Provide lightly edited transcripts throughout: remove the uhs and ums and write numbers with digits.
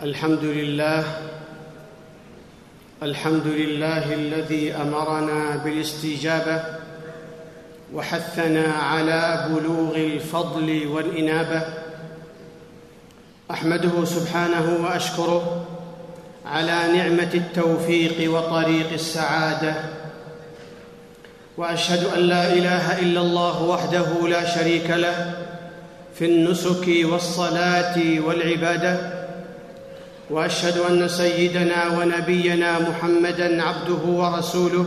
الحمد لله الذي أمرنا بالاستجابة وحثنا على بلوغ الفضل والإنابة. أحمده سبحانه وأشكره على نعمة التوفيق وطريق السعادة، وأشهد أن لا إله إلا الله وحده لا شريك له في النسك والصلاة والعبادة، وأشهد أن سيدنا ونبينا محمدًا عبده ورسوله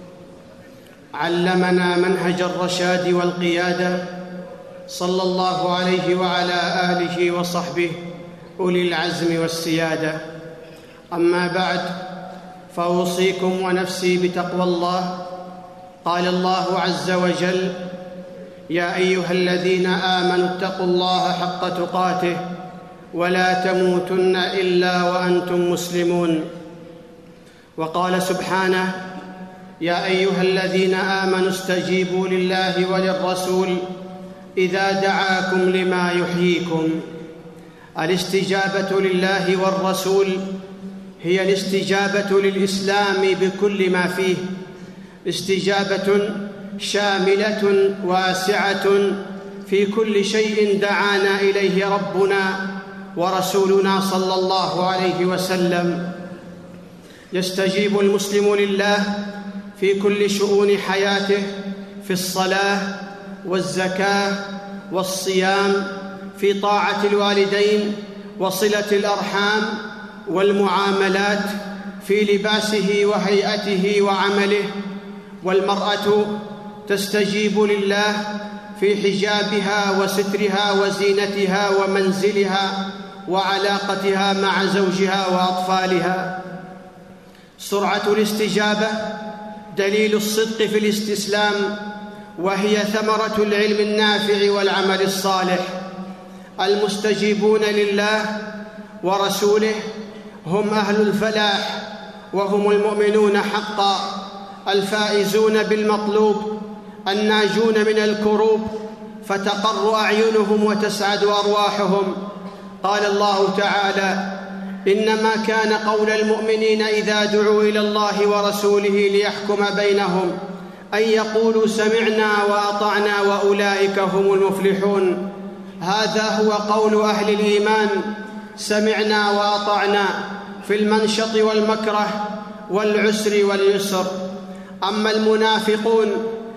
علمنا منهج الرشاد والقيادة، صلى الله عليه وعلى آله وصحبه أولي العزم والسيادة. أما بعد، فأوصيكم ونفسي بتقوى الله. قال الله عز وجل: يا أيها الذين آمنوا اتقوا الله حق تقاته ولا تموتن إلا وأنتم مسلمون. وقال سبحانه: يا أيها الذين آمنوا استجيبوا لله وللرسول إذا دعاكم لما يحييكم. الاستجابة لله والرسول هي الاستجابة للإسلام بكل ما فيه، استجابة شاملة واسعة في كل شيء دعانا إليه ربنا ورسولنا صلى الله عليه وسلم. يستجيب المسلم لله في كل شؤون حياته، في الصلاة والزكاة والصيام، في طاعة الوالدين وصلة الأرحام والمعاملات، في لباسه وهيئته وعمله. والمرأة تستجيب لله في حجابها وسترها وزينتها ومنزلها وعلاقتها مع زوجها وأطفالها. سرعة الاستجابة دليل الصدق في الاستسلام، وهي ثمرة العلم النافع والعمل الصالح. المستجيبون لله ورسوله هم أهل الفلاح، وهم المؤمنون حقا، الفائزون بالمطلوب، الناجون من الكروب، فتقر أعينهم وتسعد أرواحهم. قال الله تعالى: إنما كان قول المؤمنين إذا دعوا إلى الله ورسوله ليحكم بينهم أن يقولوا سمعنا وأطعنا وأولئك هم المفلحون. هذا هو قول أهل الإيمان: سمعنا وأطعنا في المنشط والمكره والعسر واليسر. أما المنافقون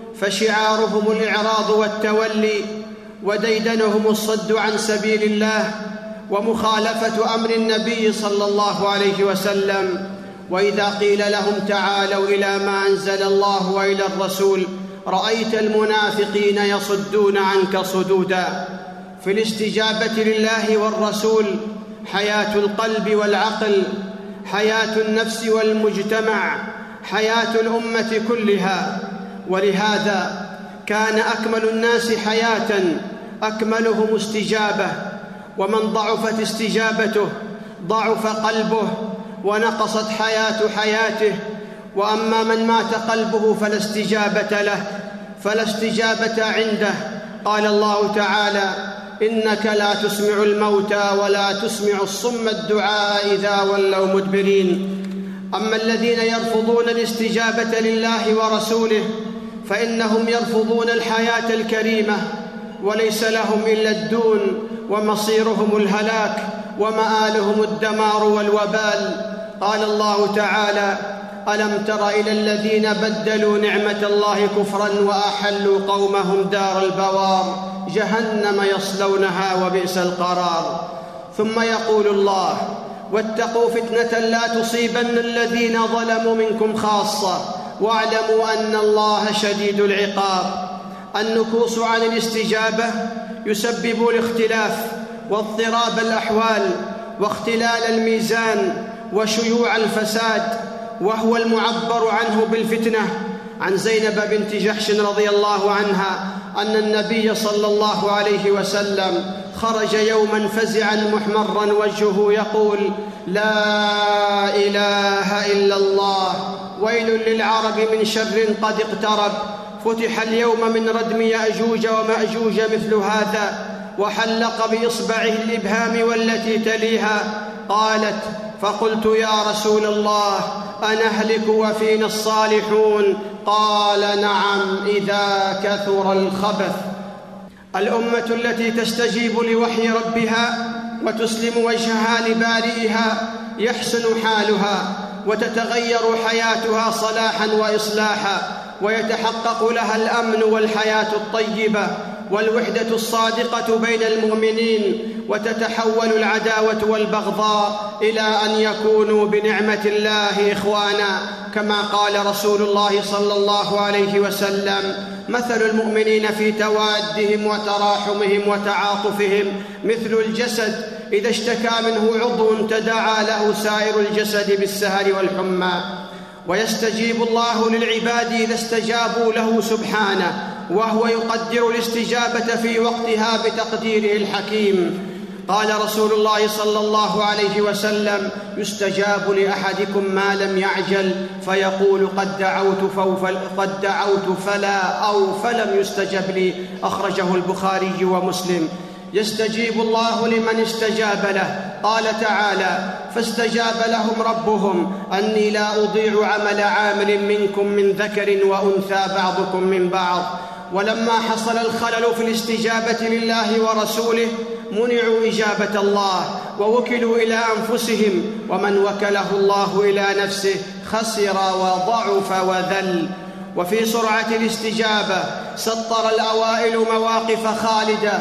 فشعارهم الإعراض والتولي، وديدنهم الصد عن سبيل الله ومخالفة أمر النبي صلى الله عليه وسلم. وإذا قيل لهم تعالوا إلى ما أنزل الله وإلى الرسول رأيت المنافقين يصدون عنك صدودا. في الاستجابة لله والرسول حياة القلب والعقل، حياة النفس والمجتمع، حياة الأمة كلها. ولهذا كان أكمل الناس حياة أكملهم استجابة، ومن ضعفت استجابته ضعف قلبه ونقصت حياته. وأما من مات قلبه فلا استجابة له، فلا استجابة عنده. قال الله تعالى: إنك لا تسمع الموتى ولا تسمع الصم الدعاء إذا ولوا مدبرين. أما الذين يرفضون الاستجابة لله ورسوله فإنهم يرفضون الحياة الكريمة، وليس لهم إلا الدون، ومصيرهم الهلاك، ومآلهم الدمار والوبال. قال الله تعالى: ألم تر إلى الذين بدلوا نعمة الله كفرا وأحلوا قومهم دار البوار جهنم يصلونها وبئس القرار. ثم يقول الله: واتقوا فتنة لا تصيبن الذين ظلموا منكم خاصة واعلموا أن الله شديد العقاب. النكوص عن الاستجابة يسبب الاختلاف واضطراب الأحوال واختلال الميزان وشيوع الفساد، وهو المعبر عنه بالفتنة. عن زينب بنت جحش رضي الله عنها أن النبي صلى الله عليه وسلم خرج يوما فزعا محمرا وجهه يقول: لا إله إلا الله، ويل للعرب من شر قد اقترب، فتح اليوم من ردم يأجوج ومأجوج مثل هذا، وحلق بإصبعه الإبهام والتي تليها قالت: فقلت: يا رسول الله، أنهلك وفينا الصالحون؟ قال: نعم، إذا كثر الخبث. الأمة التي تستجيب لوحي ربها وتسلم وجهها لبارئها يحسن حالها وتتغير حياتها صلاحا وإصلاحا، ويتحقق لها الأمن والحياة الطيبة والوحدة الصادقة بين المؤمنين، وتتحول العداوة والبغضاء إلى أن يكونوا بنعمة الله إخوانا، كما قال رسول الله صلى الله عليه وسلم: مثل المؤمنين في توادهم وتراحمهم وتعاطفهم مثل الجسد إذا اشتكى منه عضو تداعى له سائر الجسد بالسهر والحمى. ويستجيب الله للعباد إذا استجابوا له سبحانه، وهو يقدر الاستجابة في وقتها بتقديره الحكيم. قال رسول الله صلى الله عليه وسلم: يستجاب لأحدكم ما لم يعجل فيقول: قد دعوت فلا أو فلم يستجب لي. أخرجه البخاري ومسلم. يستجيب الله لمن استجاب له. قال تعالى: فاستجاب لهم ربهم أني لا أضيع عمل عامل منكم من ذكر وأنثى بعضكم من بعض. ولما حصل الخلل في الاستجابة لله ورسوله منعوا إجابة الله ووكلوا إلى أنفسهم، ومن وكله الله إلى نفسه خسر وضعف وذل. وفي سرعة الاستجابة سطر الأوائل مواقف خالدة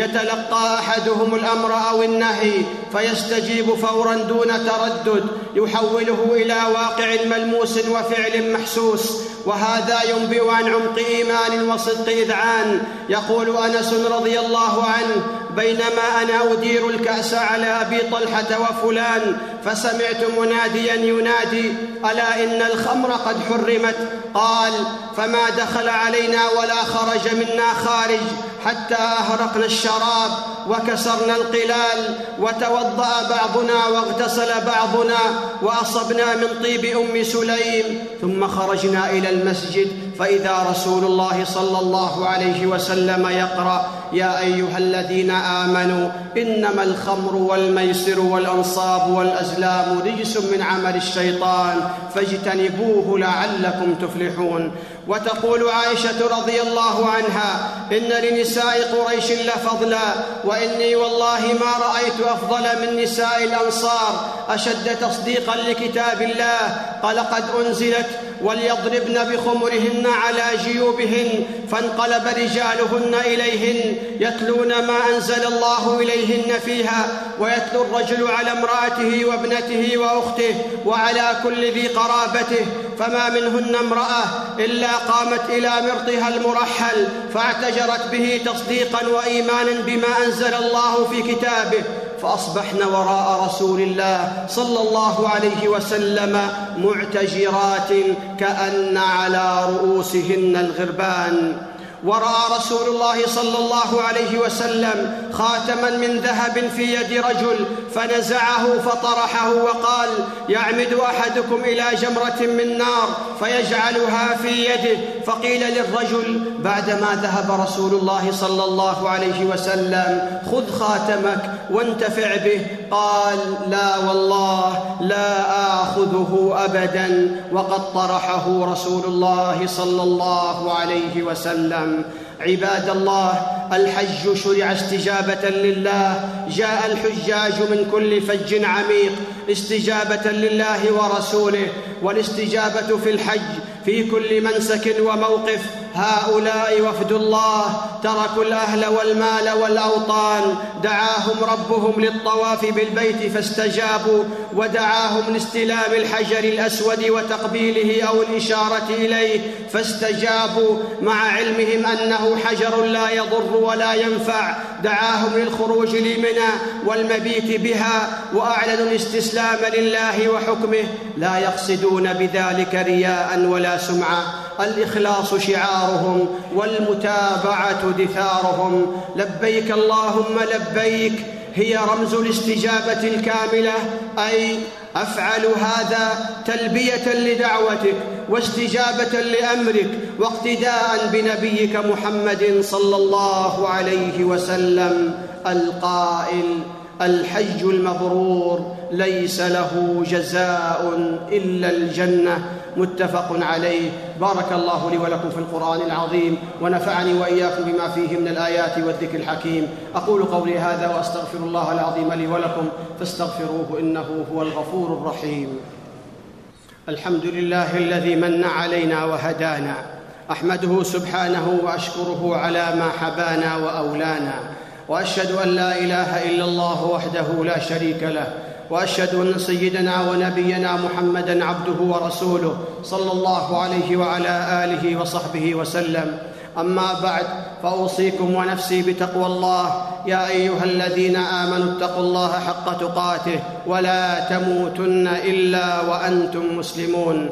يتلقى أحدهم الأمر أو النهي فيستجيب فوراً دون تردد، يحوله إلى واقع ملموس وفعل محسوس، وهذا ينبئ عن عمق إيمان وصدق إذعان. يقول أنس رضي الله عنه: بينما أنا أدير الكأس على أبي طلحة وفلان فسمعت مناديا ينادي: ألا إن الخمر قد حرمت. قال: فما دخل علينا ولا خرج منا خارج حتى أهرقنا الشراب وكسرنا القلال وتوضأ بعضنا واغتسل بعضنا وأصبنا من طيب أم سليم، ثم خرجنا إلى المسجد فإذا رسول الله صلى الله عليه وسلم يقرأ: يا أيها الذين آمنوا إنما الخمر والميسر والأنصاب والأزلام رجس من عمل الشيطان فاجتنبوه لعلكم تفلحون. وتقول عائشة رضي الله عنها: إن لنساء قريش لفضلا، وإني والله ما رأيت أفضل من نساء الأنصار أشد تصديقا لكتاب الله. قال: قد أنزلت: وليضربن بخمرهن على جيوبهن، فانقلب رجالهن إليهن يتلون ما أنزل الله إليهن فيها، ويتلو الرجل على امرأته وابنته وأخته وعلى كل ذي قرابته، فما منهن امرأة إلا قامت إلى مرطها المرحل فاعتجرت به تصديقا وإيمانا بما أنزل الله في كتابه، فأصبحن وراء رسول الله صلى الله عليه وسلم معتجرات كأن على رؤوسهن الغربان. ورأى رسول الله صلى الله عليه وسلم خاتما من ذهب في يد رجل فنزعه فطرحه وقال: يعمد أحدكم إلى جمرة من نار فيجعلها في يده. فقيل للرجل بعدما ذهب رسول الله صلى الله عليه وسلم: خذ خاتمك وانتفع به. قال: لا والله لا آخذه أبدا، وقد طرحه رسول الله صلى الله عليه وسلم. عباد الله، الحج شرع استجابة لله. جاء الحجاج من كل فج عميق استجابة لله ورسوله، والاستجابة في الحج في كل منسك وموقف. هؤلاء وفد الله تركوا الأهل والمال والأوطان، دعاهم ربهم للطواف بالبيت فاستجابوا، ودعاهم لاستلام الحجر الأسود وتقبيله أو الإشارة إليه فاستجابوا، مع علمهم أنه حجر لا يضر ولا ينفع. دعاهم للخروج لمنى والمبيت بها، وأعلنوا الاستسلام لله وحكمه، لا يقصدون بذلك رياء ولا سمعة. الإخلاص شعارهم والمتابعة دثارهم. لبيك اللهم لبيك هي رمز الاستجابة الكاملة، أي أفعل هذا تلبية لدعوتك واستجابة لأمرك واقتداء بنبيك محمد صلى الله عليه وسلم القائل: الحج المبرور ليس له جزاء إلا الجنة. متفق عليه. بارك الله لي ولكم في القرآن العظيم، ونفعني وإياكم بما فيه من الآيات والذكر الحكيم. أقول قولي هذا وأستغفر الله العظيم لي ولكم فاستغفروه إنه هو الغفور الرحيم. الحمد لله الذي من علينا وهدانا، أحمده سبحانه وأشكره على ما حبانا وأولانا، وأشهد أن لا إله إلا الله وحده لا شريك له، وأشهد أن سيدنا ونبينا محمدًا عبده ورسوله صلى الله عليه وعلى آله وصحبه وسلم. أما بعد، فأوصيكم ونفسي بتقوى الله يا أيها الذين آمنوا اتقوا الله حق تقاته ولا تموتن إلا وأنتم مسلمون.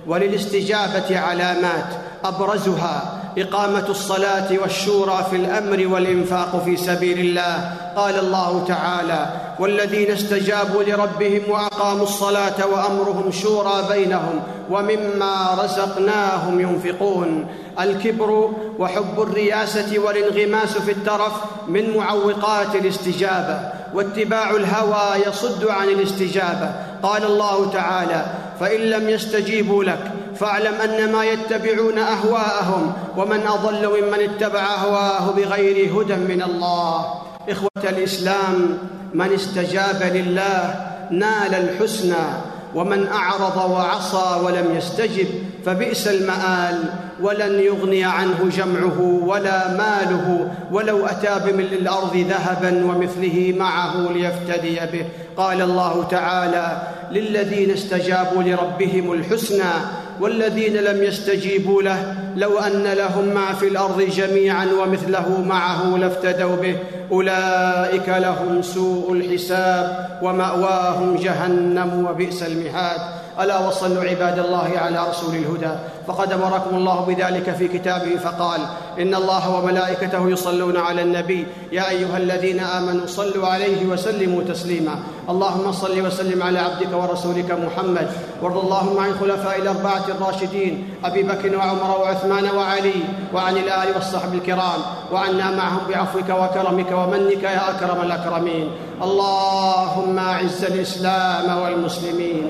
وللاستجابة علامات، أبرزها إقامة الصلاة والشورى في الأمر والإنفاق في سبيل الله. قال الله تعالى: والذين استجابوا لربهم وأقاموا الصلاة وأمرهم شورى بينهم ومما رزقناهم ينفقون. الكبر وحب الرياسة والانغماس في الترف من معوقات الاستجابة، واتباع الهوى يصد عن الاستجابة. قال الله تعالى: فإن لم يستجيبوا لك فاعلم أنما يتبعون أهواءهم ومن أضل ممن اتبع هواه بغير هدى من الله. إخوة الإسلام، من استجاب لله نال الحسنى، ومن أعرض وعصى ولم يستجب فبئس المآل، ولن يغني عنه جمعه ولا ماله ولو أتى بملء الأرض ذهبا ومثله معه ليفتدي به. قال الله تعالى: للذين استجابوا لربهم الحسنى والذين لم يستجيبوا له لو أن لهم ما في الأرض جميعا ومثله معه لافتدوا به أولئك لهم سوء الحساب ومأواهم جهنم وبئس المهاد. ألا وصلوا عباد الله على رسول الهدى، فقد أمركم الله بذلك في كتابه فقال: إن الله وملائكته يصلون على النبي يا أيها الذين آمنوا صلوا عليه وسلموا تسليما. اللهم صل وسلم على عبدك ورسولك محمد، وارض اللهم عن خلفاء الأربعة الراشدين أبي بكر وعمر وعثمان وعلي، وعن الآل والصحب الكرام، وعنا معهم بعفوك وكرمك ومنك يا أكرم الأكرمين. اللهم أعز الإسلام والمسلمين،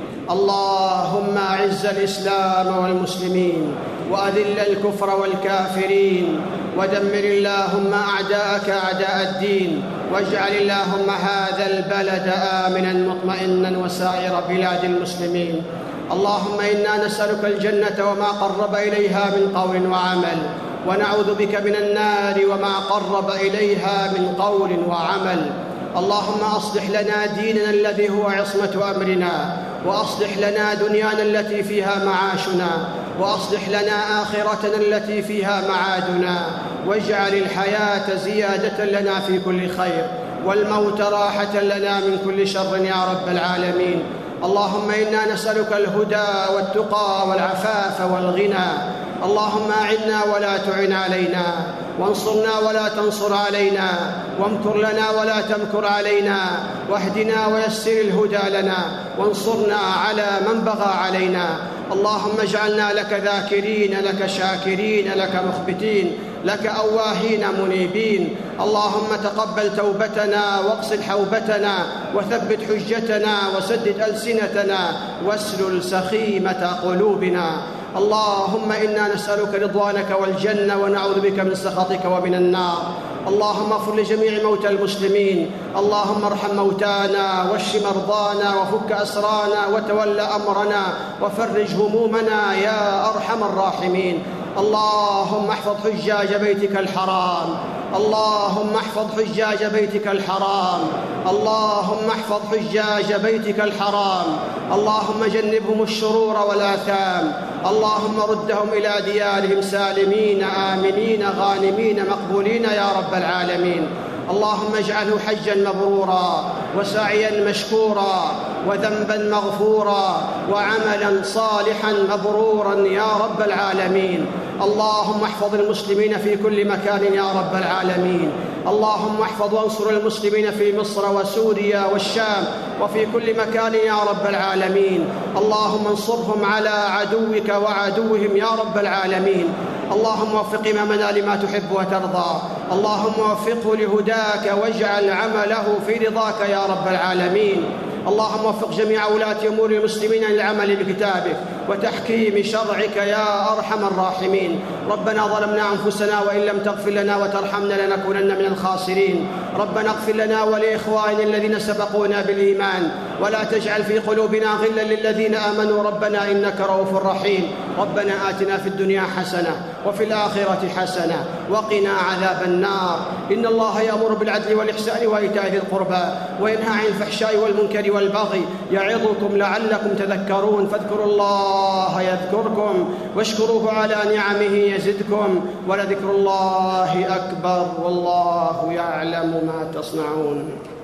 اللهم أعز الإسلام والمسلمين، وأذل الكفر والكافرين، ودمر اللهم أعداءك أعداء الدين، واجعل اللهم هذا البلد آمنا مطمئنا وسائر بلاد المسلمين. اللهم إنا نسألك الجنة وما قرب إليها من قول وعمل، ونعوذ بك من النار وما قرب إليها من قول وعمل. اللهم أصلح لنا ديننا الذي هو عصمة أمرنا، وأصلح لنا دنيانا التي فيها معاشنا، وأصلح لنا آخرتنا التي فيها معادنا، واجعل الحياة زيادة لنا في كل خير، والموت راحة لنا من كل شر يا رب العالمين. اللهم إنا نسألك الهدى والتقى والعفاف والغنى. اللهم أعنا ولا تعن علينا، وانصرنا ولا تنصر علينا، وامكر لنا ولا تمكر علينا، واهدنا ويسر الهدى لنا، وانصرنا على من بغى علينا. اللهم اجعلنا لك ذاكرين، لك شاكرين، لك مخبتين، لك أواهين منيبين. اللهم تقبل توبتنا، واغسل حوبتنا، وثبت حجتنا، وسدد ألسنتنا، واسلل سخيمة قلوبنا. اللهم إنا نسألك رضوانك والجنة، ونعوذ بك من سخطك ومن النار. اللهم اغفر لجميع موتى المسلمين، اللهم ارحم موتانا، واشف مرضانا، وفك أسرانا، وتول أمرنا، وفرج همومنا يا أرحم الراحمين. اللهم احفظ حجاج بيتك الحرام، اللهم احفظ حجاج بيتك الحرام، اللهم احفظ حجاج بيتك الحرام. اللهم جنبهم الشرور والآثام، اللهم ردهم إلى ديارهم سالمين آمنين غانمين مقبولين يا رب العالمين. اللهم اجعله حجا مبرورا، وسعيا مشكورا، وذنبا مغفورا، وعملا صالحا مبرورا يا رب العالمين. اللهم احفظ المسلمين في كل مكان يا رب العالمين. اللهم احفظ وانصر المسلمين في مصر وسوريا والشام وفي كل مكان يا رب العالمين. اللهم انصرهم على عدوك وعدوهم يا رب العالمين. اللهم وفق إمامنا لما تحب وترضى، اللهم وفقه لهداك واجعل عمله في رضاك يا رب العالمين. اللهم وفق جميع ولاة أمور المسلمين للعمل بكتابك وتحكيم شرعك يا أرحم الراحمين. ربنا ظلمنا أنفسنا وإن لم تغفر لنا وترحمنا لنكونن من الخاسرين. ربنا اغفر لنا ولإخواننا الذين سبقونا بالإيمان ولا تجعل في قلوبنا غلا للذين آمنوا ربنا إنك رؤوف رحيم. ربنا آتنا في الدنيا حسنة وفي الآخرة حسنة وقنا عذاب النار. إن الله يأمر بالعدل والإحسان وإيتاء ذي القربى وينهى عن الفحشاء والمنكر والبغي يعظكم لعلكم تذكرون. فاذكروا الله يذكركم واشكروه على نعمه يزدكم ولذكر الله أكبر والله يعلم ما تصنعون.